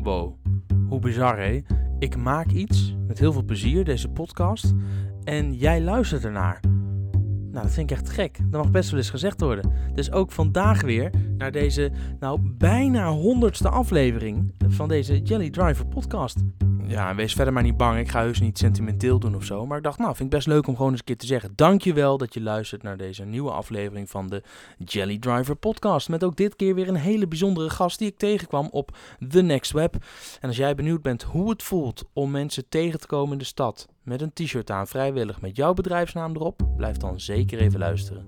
Wow, hoe bizar hè? Ik maak iets met heel veel plezier, deze podcast, en jij luistert ernaar. Nou, dat vind ik echt gek. Dat mag best wel eens gezegd worden. Dus ook vandaag weer naar deze, bijna 100ste aflevering van deze Jelly Driver podcast. Ja, en wees verder maar niet bang. Ik ga heus niet sentimenteel doen of zo. Maar ik dacht, vind ik best leuk om gewoon eens een keer te zeggen. Dankjewel dat je luistert naar deze nieuwe aflevering van de Jelly Driver podcast. Met ook dit keer weer een hele bijzondere gast die ik tegenkwam op The Next Web. En als jij benieuwd bent hoe het voelt om mensen tegen te komen in de stad met een t-shirt aan, vrijwillig met jouw bedrijfsnaam erop, blijf dan zeker even luisteren.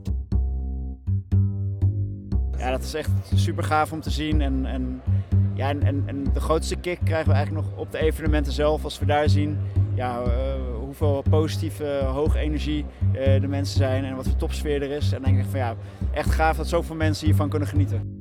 Ja, dat is echt super gaaf om te zien. En de grootste kick krijgen we eigenlijk nog op de evenementen zelf. Als we daar zien hoeveel positieve, hoge energie de mensen zijn en wat voor topsfeer er is. En dan denk ik van echt gaaf dat zoveel mensen hiervan kunnen genieten.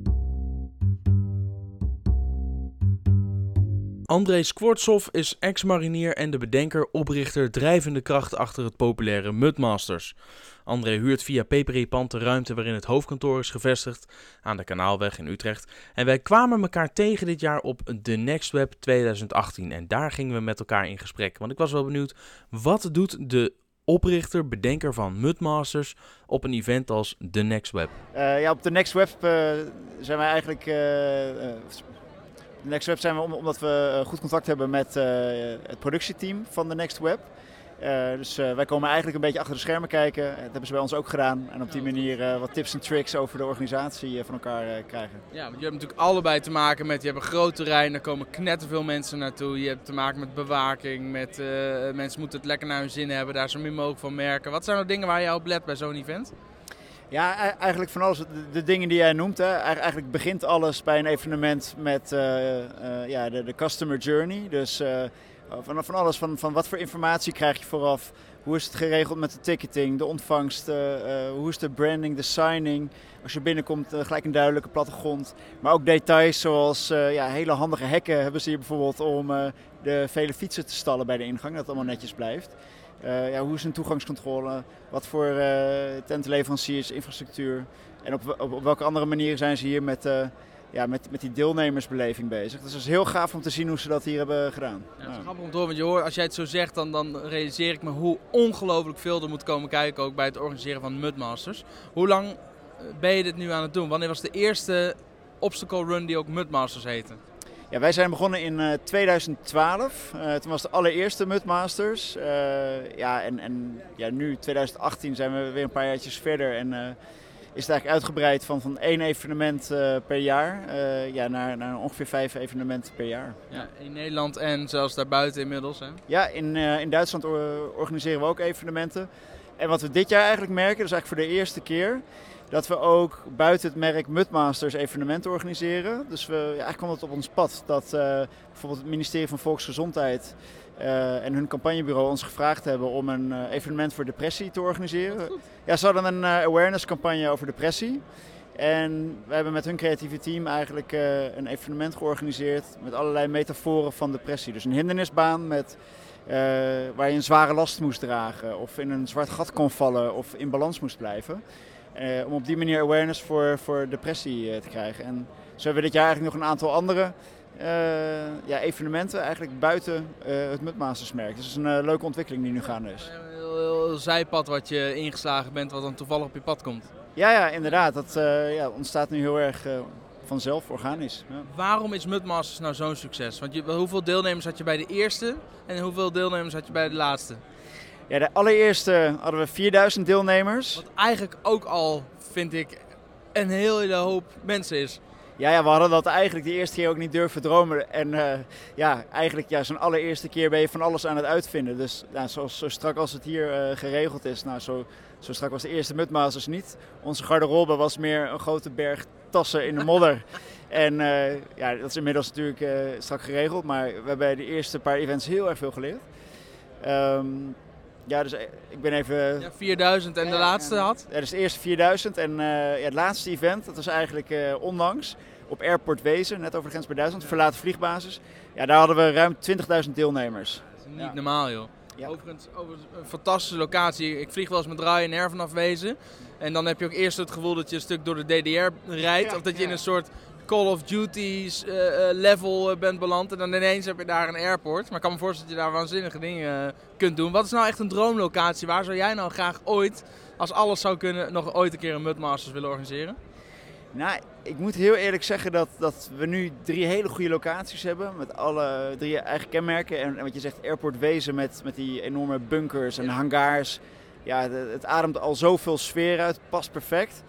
André Skvortsov is ex-marinier en de bedenker, oprichter, drijvende kracht achter het populaire Mudmasters. André huurt via PPR-pand de ruimte waarin het hoofdkantoor is gevestigd aan de Kanaalweg in Utrecht. En wij kwamen elkaar tegen dit jaar op The Next Web 2018 en daar gingen we met elkaar in gesprek. Want ik was wel benieuwd, wat doet de oprichter, bedenker van Mudmasters op een event als The Next Web? Op The Next Web zijn wij eigenlijk... The Next Web zijn we omdat we goed contact hebben met het productieteam van The Next Web. Dus wij komen eigenlijk een beetje achter de schermen kijken. Dat hebben ze bij ons ook gedaan. En op die manier wat tips en tricks over de organisatie van elkaar krijgen. Ja, want je hebt natuurlijk allebei te maken met, je hebt een groot terrein, daar komen knetterveel mensen naartoe. Je hebt te maken met bewaking, met mensen moeten het lekker naar hun zin hebben, daar zo min mogelijk van merken. Wat zijn nou dingen waar jij op let bij zo'n event? Ja, eigenlijk van alles. De dingen die jij noemt. Hè. Eigenlijk begint alles bij een evenement met de customer journey. Dus van alles, van wat voor informatie krijg je vooraf. Hoe is het geregeld met de ticketing, de ontvangst, hoe is de branding, de signing. Als je binnenkomt gelijk een duidelijke plattegrond. Maar ook details zoals hele handige hekken hebben ze hier bijvoorbeeld om de vele fietsen te stallen bij de ingang. Dat het allemaal netjes blijft. Hoe is een toegangscontrole? Wat voor tentleveranciers, infrastructuur? En op welke andere manieren zijn ze hier met die deelnemersbeleving bezig? Dus het is heel gaaf om te zien hoe ze dat hier hebben gedaan. Ja, het is grappig om te horen, want je hoort, als jij het zo zegt, dan realiseer ik me hoe ongelooflijk veel er moet komen kijken ook bij het organiseren van Mudmasters. Hoe lang ben je dit nu aan het doen? Wanneer was de eerste obstacle run die ook Mudmasters heette? Ja, wij zijn begonnen in 2012. Toen was de allereerste Mudmasters. Nu 2018 zijn we weer een paar jaartjes verder en is het eigenlijk uitgebreid van 1 evenement per jaar naar ongeveer 5 evenementen per jaar. Ja, in Nederland en zelfs daarbuiten inmiddels. Hè? Ja, in Duitsland organiseren we ook evenementen. En wat we dit jaar eigenlijk merken, dus eigenlijk voor de eerste keer, dat we ook buiten het merk Mudmasters evenementen organiseren. Dus eigenlijk kwam het op ons pad dat bijvoorbeeld het ministerie van Volksgezondheid en hun campagnebureau ons gevraagd hebben om een evenement voor depressie te organiseren. Ja, ze hadden een awareness campagne over depressie. En we hebben met hun creatieve team eigenlijk een evenement georganiseerd met allerlei metaforen van depressie. Dus een hindernisbaan waar je een zware last moest dragen of in een zwart gat kon vallen of in balans moest blijven. Om op die manier awareness voor depressie te krijgen. En zo hebben we dit jaar eigenlijk nog een aantal andere evenementen eigenlijk buiten het Mudmasters merk. Dus het is een leuke ontwikkeling die nu gaande is. Een heel zijpad wat je ingeslagen bent, wat dan toevallig op je pad komt. Ja, inderdaad. Dat ontstaat nu heel erg vanzelf, organisch. Ja. Waarom is Mudmasters nou zo'n succes? Want hoeveel deelnemers had je bij de eerste en hoeveel deelnemers had je bij de laatste? Ja, de allereerste hadden we 4000 deelnemers. Wat eigenlijk ook al, vind ik, een hele hoop mensen is. Ja, we hadden dat eigenlijk de eerste keer ook niet durven dromen. En zo'n allereerste keer ben je van alles aan het uitvinden. Dus zo strak als het hier geregeld is, zo strak was de eerste Mudmasters niet. Onze garderobe was meer een grote berg tassen in de modder. En dat is inmiddels natuurlijk strak geregeld. Maar we hebben bij de eerste paar events heel erg veel geleerd. Dus ik ben even... Ja, 4000 en de laatste had? Ja, dus de eerste 4000 en het laatste event, dat was eigenlijk onlangs op Airport Wezen, net over de grens bij Duitsland, verlaten vliegbasis. Ja, daar hadden we ruim 20.000 deelnemers. Dat is niet normaal, joh. Ja. Overigens, een fantastische locatie. Ik vlieg wel eens met Ryanair vanaf Wezen. En dan heb je ook eerst het gevoel dat je een stuk door de DDR rijdt. Of dat je in een soort Call of Duty's level bent beland en dan ineens heb je daar een airport. Maar ik kan me voorstellen dat je daar waanzinnige dingen kunt doen. Wat is nou echt een droomlocatie? Waar zou jij nou graag ooit, als alles zou kunnen, nog ooit een keer een Mudmasters willen organiseren? Nou, ik moet heel eerlijk zeggen dat we nu 3 hele goede locaties hebben. Met alle 3 eigen kenmerken. En wat je zegt, Airport Wezen met die enorme bunkers en hangars. Ja, het ademt al zoveel sfeer uit. Het past perfect.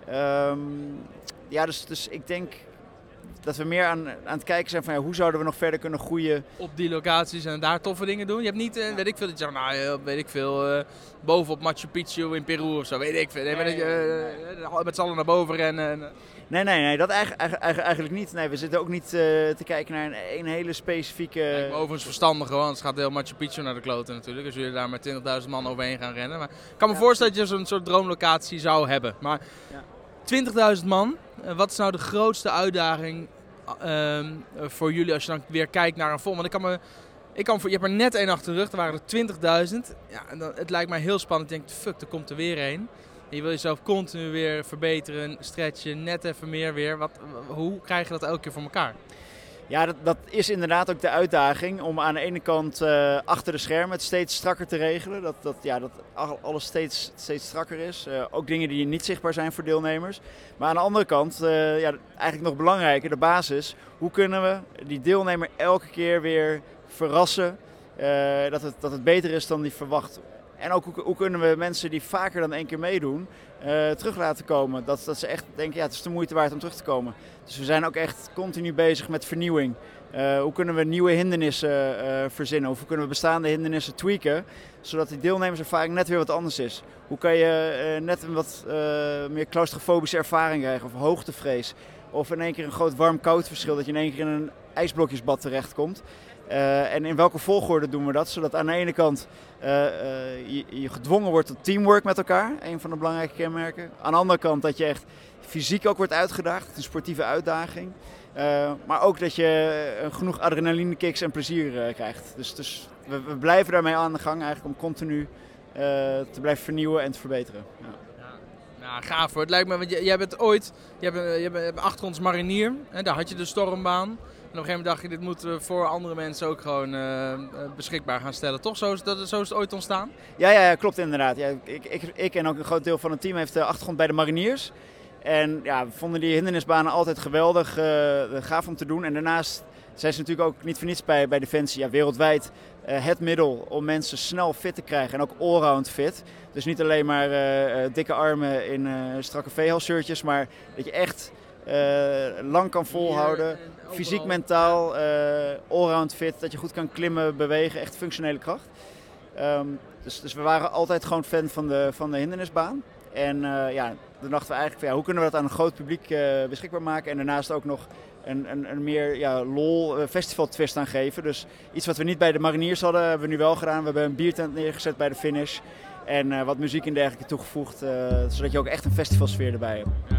Dus ik denk dat we meer aan het kijken zijn van hoe zouden we nog verder kunnen groeien. Op die locaties en daar toffe dingen doen. Je hebt niet, weet ik veel, dat je zegt, bovenop Machu Picchu in Peru of zo, weet ik veel. Met z'n allen naar boven rennen. Nee, dat eigenlijk niet. Nee, we zitten ook niet te kijken naar een hele specifieke... Lijkt me overigens verstandig, want anders gaat heel Machu Picchu naar de kloten natuurlijk. Als jullie daar met 20.000 man overheen gaan rennen. Maar ik kan me voorstellen dat je zo'n soort droomlocatie zou hebben. Maar 20.000 man, wat is nou de grootste uitdaging voor jullie als je dan weer kijkt naar een vol? Want je hebt er net één achter de rug, er waren er 20.000. Ja, en dan, het lijkt mij heel spannend. Ik denk, fuck, er komt er weer één. En je wil jezelf continu weer verbeteren, stretchen, net even meer weer. Hoe krijg je dat elke keer voor elkaar? Ja, dat is inderdaad ook de uitdaging om aan de ene kant achter de schermen het steeds strakker te regelen. Dat alles steeds strakker is. Ook dingen die niet zichtbaar zijn voor deelnemers. Maar aan de andere kant, eigenlijk nog belangrijker, de basis. Hoe kunnen we die deelnemer elke keer weer verrassen dat het beter is dan die verwacht. En ook hoe kunnen we mensen die vaker dan 1 keer meedoen, terug laten komen. Dat ze echt denken, het is de moeite waard om terug te komen. Dus we zijn ook echt continu bezig met vernieuwing. Hoe kunnen we nieuwe hindernissen verzinnen? Of hoe kunnen we bestaande hindernissen tweaken? Zodat die deelnemerservaring net weer wat anders is. Hoe kan je net een wat meer claustrofobische ervaring krijgen? Of hoogtevrees. Of in één keer een groot warm-koud verschil. Dat je in één keer in een ijsblokjesbad terechtkomt. En in welke volgorde doen we dat? Zodat aan de ene kant je gedwongen wordt tot teamwork met elkaar. Een van de belangrijke kenmerken. Aan de andere kant dat je echt fysiek ook wordt uitgedaagd. Het is een sportieve uitdaging. Maar ook dat je genoeg adrenalinekicks en plezier krijgt. Dus we blijven daarmee aan de gang eigenlijk om continu te blijven vernieuwen en te verbeteren. Ja. Nou, gaaf hoor. Het lijkt me, want jij bent ooit, je hebt achtergronds marinier. Hè, daar had je de stormbaan. En op een gegeven moment dacht je, dit moeten we voor andere mensen ook gewoon beschikbaar gaan stellen. Toch? Zo is het ooit ontstaan? Ja, klopt inderdaad. Ja, ik en ook een groot deel van het team heeft de achtergrond bij de mariniers. En we vonden die hindernisbanen altijd geweldig, gaaf om te doen. En daarnaast zijn ze natuurlijk ook niet voor niets bij Defensie. Ja, wereldwijd het middel om mensen snel fit te krijgen en ook allround fit. Dus niet alleen maar dikke armen in strakke veehalsshirtjes, maar dat je echt lang kan volhouden. Fysiek, mentaal, allround fit. Dat je goed kan klimmen, bewegen, echt functionele kracht. Dus we waren altijd gewoon fan van de hindernisbaan. En dan dachten we eigenlijk, hoe kunnen we dat aan een groot publiek beschikbaar maken. En daarnaast ook nog een meer lol festival twist aan geven. Dus iets wat we niet bij de mariniers hadden, hebben we nu wel gedaan. We hebben een biertent neergezet bij de finish. En wat muziek en dergelijke toegevoegd. Zodat je ook echt een festivalsfeer erbij hebt. Ja.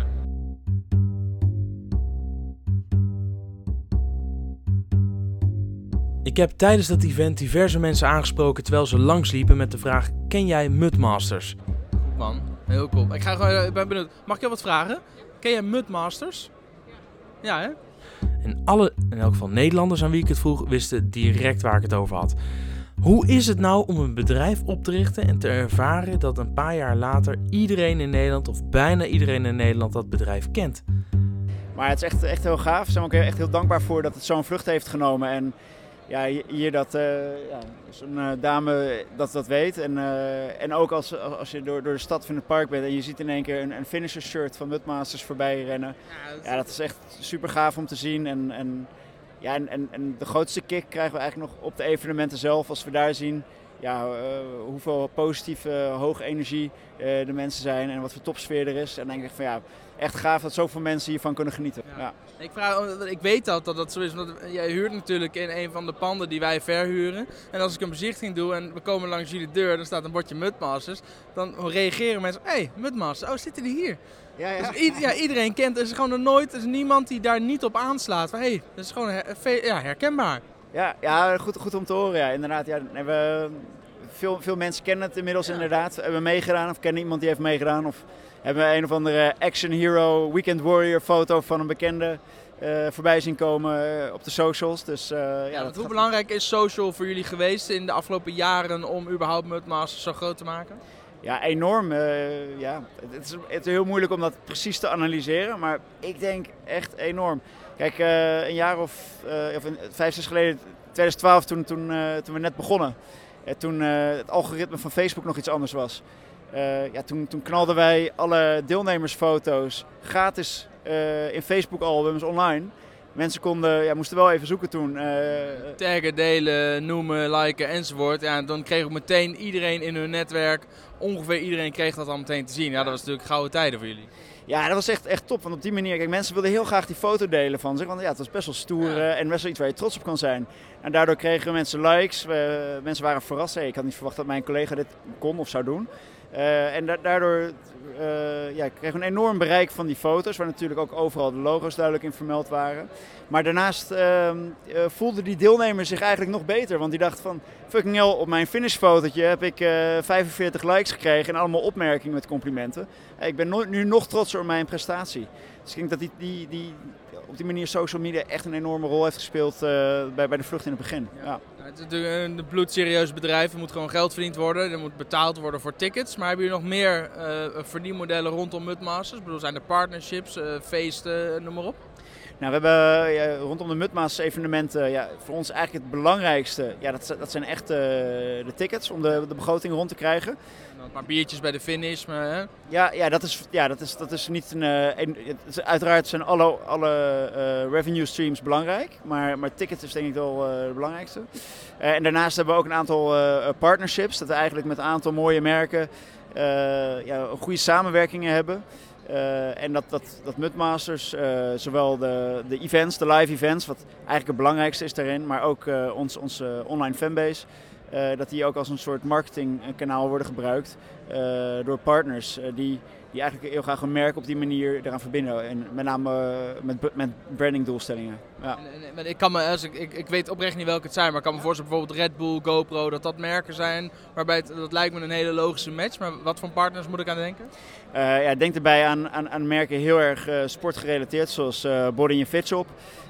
Ik heb tijdens dat event diverse mensen aangesproken terwijl ze langsliepen met de vraag: ken jij Mudmasters? Man, heel cool. Ik ben benieuwd. Mag ik je wat vragen? Ken jij Mudmasters? Ja, hè? En alle, in elk geval Nederlanders aan wie ik het vroeg, wisten direct waar ik het over had. Hoe is het nou om een bedrijf op te richten en te ervaren dat een paar jaar later iedereen in Nederland, of bijna iedereen in Nederland, dat bedrijf kent? Maar het is echt heel gaaf. We zijn ook echt heel dankbaar voor dat het zo'n vlucht heeft genomen. En hier dat zo'n dame dat weet. En ook als je door de stad van het park bent en je ziet in één keer een finisher shirt van Mudmasters voorbij rennen. Ja, dat is echt super gaaf om te zien. En de grootste kick krijgen we eigenlijk nog op de evenementen zelf. Als we daar zien hoeveel positieve, hoge energie de mensen zijn en wat voor topsfeer er is. En dan denk ik van echt gaaf dat zoveel mensen hiervan kunnen genieten. Ja. Ik weet dat zo is, want jij huurt natuurlijk in een van de panden die wij verhuren. En als ik een bezichtiging doe en we komen langs jullie deur, dan staat een bordje Mudmasters. Dan reageren mensen, hey, Mudmasters, zitten die hier? Ja. Dus iedereen kent, er is niemand die daar niet op aanslaat. Van, hey, dat is gewoon herkenbaar. Ja, goed om te horen. Ja. Inderdaad, veel mensen kennen het inmiddels inderdaad. Hebben meegedaan of kennen iemand die heeft meegedaan. Of hebben we een of andere action hero, weekend warrior foto van een bekende voorbij zien komen op de socials. Dus, hoe belangrijk is social voor jullie geweest in de afgelopen jaren om überhaupt Mudmasters zo groot te maken? Ja, enorm. Het is heel moeilijk om dat precies te analyseren, maar ik denk echt enorm. Kijk, een jaar of 5, 6 geleden, 2012, toen we net begonnen, toen het algoritme van Facebook nog iets anders was. Toen knalden wij alle deelnemersfoto's gratis in Facebook-albums online. Mensen moesten wel even zoeken toen. Taggen, delen, noemen, liken enzovoort. Ja, en dan kreeg ook meteen iedereen in hun netwerk, ongeveer iedereen kreeg dat al meteen te zien. Ja, dat was natuurlijk gouden tijden voor jullie. Ja, dat was echt top. Want op die manier, kijk, mensen wilden heel graag die foto delen van zich. Want ja, het was best wel stoer en best wel iets waar je trots op kan zijn. En daardoor kregen mensen likes. Mensen waren verrast. Ik had niet verwacht dat mijn collega dit kon of zou doen. Daardoor kregen we een enorm bereik van die foto's, waar natuurlijk ook overal de logo's duidelijk in vermeld waren. Maar daarnaast voelden die deelnemers zich eigenlijk nog beter, want die dachten van, fucking hell, op mijn finishfotootje heb ik 45 likes gekregen en allemaal opmerkingen met complimenten. Ik ben nu nog trotser op mijn prestatie. Dus ik denk dat die op die manier social media echt een enorme rol heeft gespeeld bij de vlucht in het begin. Ja. Het is natuurlijk een bloedserieus bedrijf, er moet gewoon geld verdiend worden, er moet betaald worden voor tickets. Maar hebben jullie nog meer verdienmodellen rondom Mudmasters? Ik bedoel, zijn er partnerships, feesten, noem maar op? Nou, we hebben rondom de Mudmasters evenementen, voor ons eigenlijk het belangrijkste, dat zijn echt de tickets om de begroting rond te krijgen. Een paar biertjes bij de finish. Maar, dat is niet uiteraard zijn alle revenue streams belangrijk, maar tickets is denk ik wel het belangrijkste. En daarnaast hebben we ook een aantal partnerships, dat we eigenlijk met een aantal mooie merken goede samenwerkingen hebben. En dat Mudmasters, zowel de events, de live events, wat eigenlijk het belangrijkste is daarin, maar ook onze online fanbase, dat die ook als een soort marketingkanaal worden gebruikt door partners die eigenlijk heel graag een merk op die manier eraan verbinden. En met name met brandingdoelstellingen. Ja. Ik weet oprecht niet welke het zijn, maar ik kan me voorstellen bijvoorbeeld Red Bull, GoPro, dat merken zijn. Waarbij dat lijkt me een hele logische match. Maar wat voor partners moet ik aan denken? Ik denk daarbij aan merken heel erg sportgerelateerd, zoals Body & Fit Shop,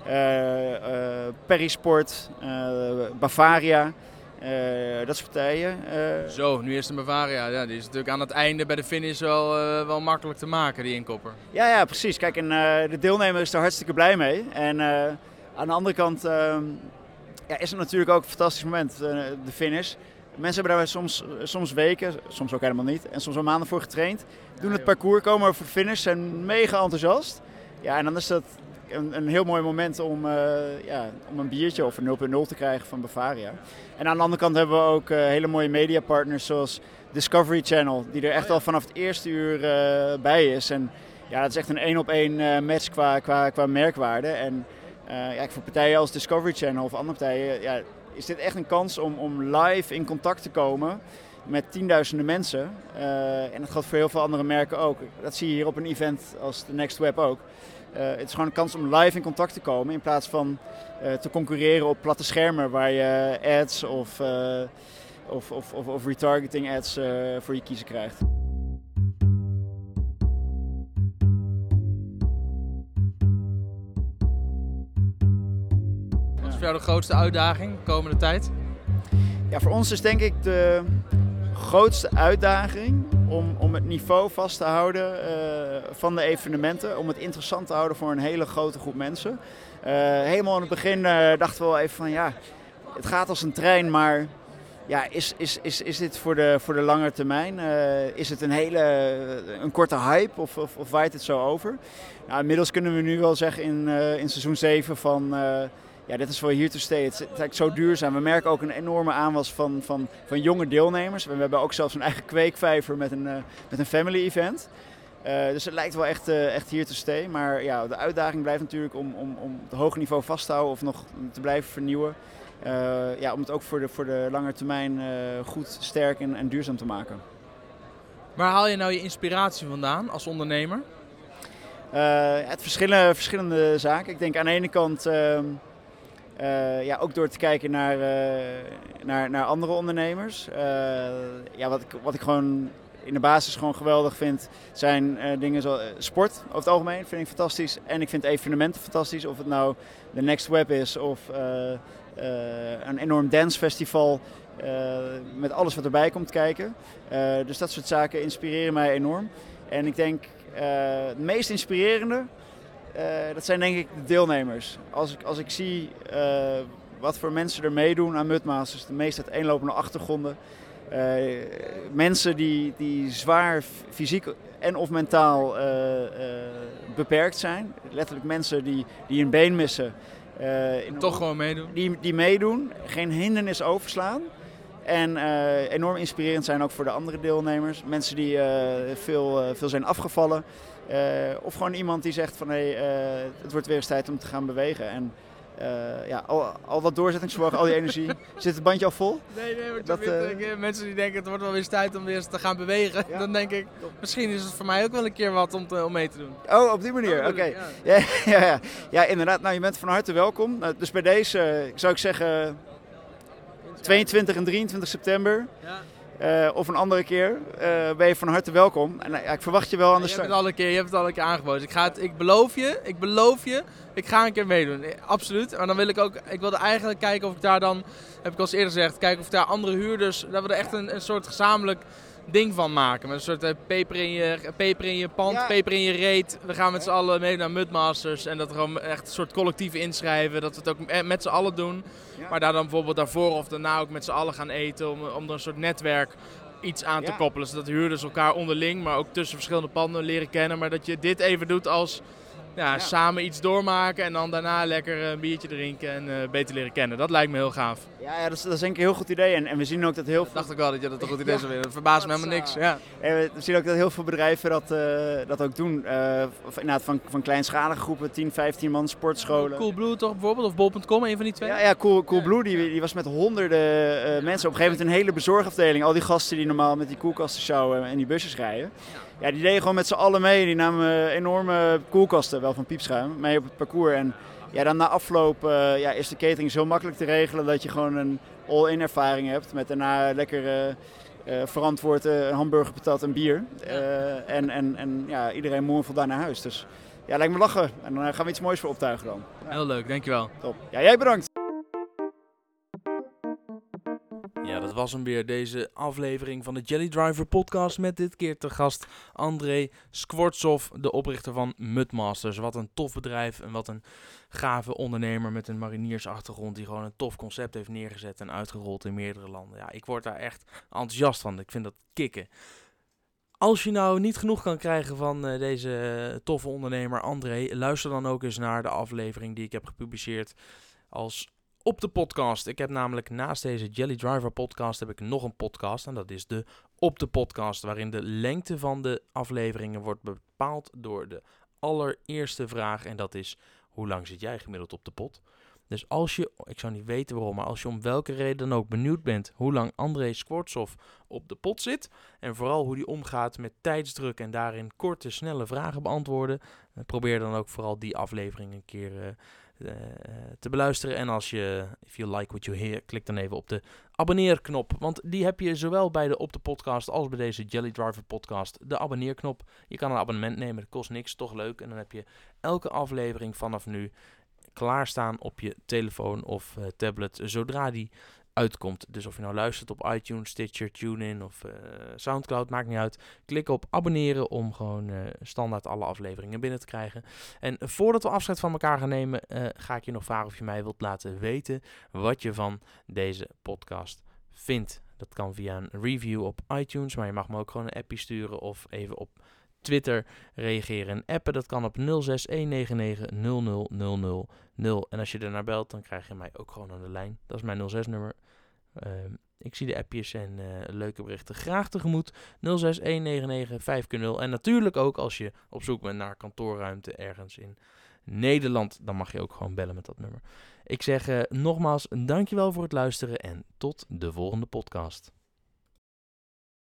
Perisport, Bavaria. Dat soort partijen. Zo, nu is de Bavaria. Ja, die is natuurlijk aan het einde bij de finish wel makkelijk te maken, die inkopper. Ja, precies. Kijk, en de deelnemer is er hartstikke blij mee. En aan de andere kant is het natuurlijk ook een fantastisch moment, de finish. Mensen hebben daar soms weken, soms ook helemaal niet, en soms wel maanden voor getraind. Doen het parcours, komen over de finish, zijn mega enthousiast. Ja, en dan is dat een heel mooi moment om een biertje of een 0.0 te krijgen van Bavaria. En aan de andere kant hebben we ook hele mooie mediapartners zoals Discovery Channel, die er echt al vanaf het eerste uur bij is. En ja, dat is echt een 1-op-1 match qua merkwaarde. En voor partijen als Discovery Channel of andere partijen is dit echt een kans om live in contact te komen met tienduizenden mensen. En dat geldt voor heel veel andere merken ook. Dat zie je hier op een event als de Next Web ook. Het is gewoon een kans om live in contact te komen in plaats van te concurreren op platte schermen waar je ads of retargeting ads voor je kiezen krijgt. Wat is voor jou de grootste uitdaging de komende tijd? Ja, voor ons is denk ik de grootste uitdaging om het niveau vast te houden van de evenementen. Om het interessant te houden voor een hele grote groep mensen. Helemaal in het begin dachten we wel even van het gaat als een trein, maar is dit voor de lange termijn? Is het een korte hype of waait het zo over? Nou, inmiddels kunnen we nu wel zeggen in seizoen 7 van dit is wel here to stay. Het is eigenlijk zo duurzaam. We merken ook een enorme aanwas van jonge deelnemers. We hebben ook zelfs een eigen kweekvijver met een family event. Dus het lijkt wel echt here to stay. Maar de uitdaging blijft natuurlijk om het hoge niveau vast te houden of nog te blijven vernieuwen. Om het ook voor de lange termijn goed, sterk en duurzaam te maken. Waar haal je nou je inspiratie vandaan als ondernemer? Het verschillende zaken. Ik denk aan de ene kant ook door te kijken naar andere ondernemers. Wat ik gewoon in de basis gewoon geweldig vind, zijn dingen zoals sport over het algemeen vind ik fantastisch. En ik vind evenementen fantastisch. Of het nou de Next Web is of een enorm dancefestival met alles wat erbij komt kijken. Dus dat soort zaken inspireren mij enorm. En ik denk het meest inspirerende, dat zijn denk ik de deelnemers. Als ik zie wat voor mensen er meedoen aan Mudmasters, de meest uiteenlopende achtergronden. Mensen die zwaar fysiek en of mentaal beperkt zijn. Letterlijk mensen die een been missen. Toch gewoon meedoen. Die meedoen, geen hindernis overslaan. En enorm inspirerend zijn ook voor de andere deelnemers. Mensen die veel zijn afgevallen. Of gewoon iemand die zegt van het wordt weer eens tijd om te gaan bewegen. En al dat doorzettingsvermogen, al die energie. Zit het bandje al vol? Nee, maar mensen die denken het wordt wel weer eens tijd om weer eens te gaan bewegen. Ja. Dan denk ik, misschien is het voor mij ook wel een keer wat om mee te doen. Oh, op die manier, oké. Ja, inderdaad. Nou, je bent van harte welkom. Dus bij deze zou ik zeggen 22 en 23 september. Ja. Of een andere keer ben je van harte welkom. En ik verwacht je wel aan de start. Je hebt het al een keer aangeboden. Ik beloof je, ik ga een keer meedoen. Absoluut. Maar dan ik wilde eigenlijk kijken of ik daar dan, heb ik al eens eerder gezegd, kijken of ik daar andere huurders, dat we er echt een soort gezamenlijk ding van maken. Met een soort peper in je pand, peper in je reet. We gaan met z'n allen mee naar Mudmasters. En dat we gewoon echt een soort collectief inschrijven. Dat we het ook met z'n allen doen. Ja. Maar daar dan bijvoorbeeld daarvoor of daarna ook met z'n allen gaan eten. Om er een soort netwerk iets aan te koppelen. Zodat huurders elkaar onderling, maar ook tussen verschillende panden leren kennen. Maar dat je dit even doet als samen iets doormaken. En dan daarna lekker een biertje drinken en beter leren kennen. Dat lijkt me heel gaaf. Ja, dat is denk ik een heel goed idee. En we zien ook dat heel veel... Dacht ik wel dat je dat een goed idee zou willen. Dat verbaast me helemaal niks. Ja. En we zien ook dat heel veel bedrijven dat ook doen. Inderdaad van kleinschalige groepen, 10, 15 man, sportscholen. Coolblue toch bijvoorbeeld? Of bol.com, een van die twee? Ja, Coolblue die was met honderden mensen. Op een gegeven moment een hele bezorgafdeling. Al die gasten die normaal met die koelkasten sjouwen en die busjes rijden. Ja, die deden gewoon met z'n allen mee. Die namen enorme koelkasten, wel van piepschuim, mee op het parcours. En dan na afloop is de catering zo makkelijk te regelen dat je gewoon een all-in ervaring hebt. Met daarna lekker verantwoord een hamburger, patat en bier. En iedereen moe en voldaan naar huis. Dus lijkt me lachen. En dan gaan we iets moois voor optuigen dan. Heel leuk, dankjewel. Top. Ja, jij bedankt. Ja, dat was hem weer, deze aflevering van de Jelly Driver podcast met dit keer te gast André Skvortsov, de oprichter van Mudmasters. Wat een tof bedrijf en wat een gave ondernemer met een mariniersachtergrond die gewoon een tof concept heeft neergezet en uitgerold in meerdere landen. Ja, ik word daar echt enthousiast van. Ik vind dat kicken. Als je nou niet genoeg kan krijgen van deze toffe ondernemer André, luister dan ook eens naar de aflevering die ik heb gepubliceerd als op de podcast. Ik heb namelijk naast deze Jelly Driver podcast heb ik nog een podcast. En dat is de Op de Podcast. Waarin de lengte van de afleveringen wordt bepaald door de allereerste vraag. En dat is, hoe lang zit jij gemiddeld op de pot? Dus als je, ik zou niet weten waarom, maar als je om welke reden dan ook benieuwd bent hoe lang André Skvortsov op de pot zit. En vooral hoe die omgaat met tijdsdruk en daarin korte, snelle vragen beantwoorden. Probeer dan ook vooral die aflevering een keer te beluisteren. En if you like what you hear, klik dan even op de abonneerknop. Want die heb je zowel bij de Op de Podcast als bij deze Jelly Driver podcast. De abonneerknop. Je kan een abonnement nemen, dat kost niks, toch leuk. En dan heb je elke aflevering vanaf nu klaarstaan op je telefoon of tablet, zodra die uitkomt. Dus of je nou luistert op iTunes, Stitcher, TuneIn of Soundcloud, maakt niet uit. Klik op abonneren om gewoon standaard alle afleveringen binnen te krijgen. En voordat we afscheid van elkaar gaan nemen, ga ik je nog vragen of je mij wilt laten weten wat je van deze podcast vindt. Dat kan via een review op iTunes, maar je mag me ook gewoon een appje sturen of even op Twitter reageren en appen. Dat kan op 0619900000. En als je er naar belt, dan krijg je mij ook gewoon aan de lijn. Dat is mijn 06-nummer. Ik zie de appjes en leuke berichten graag tegemoet. 06199500. En natuurlijk ook als je op zoek bent naar kantoorruimte ergens in Nederland, dan mag je ook gewoon bellen met dat nummer. Ik zeg nogmaals, dankjewel voor het luisteren en tot de volgende podcast.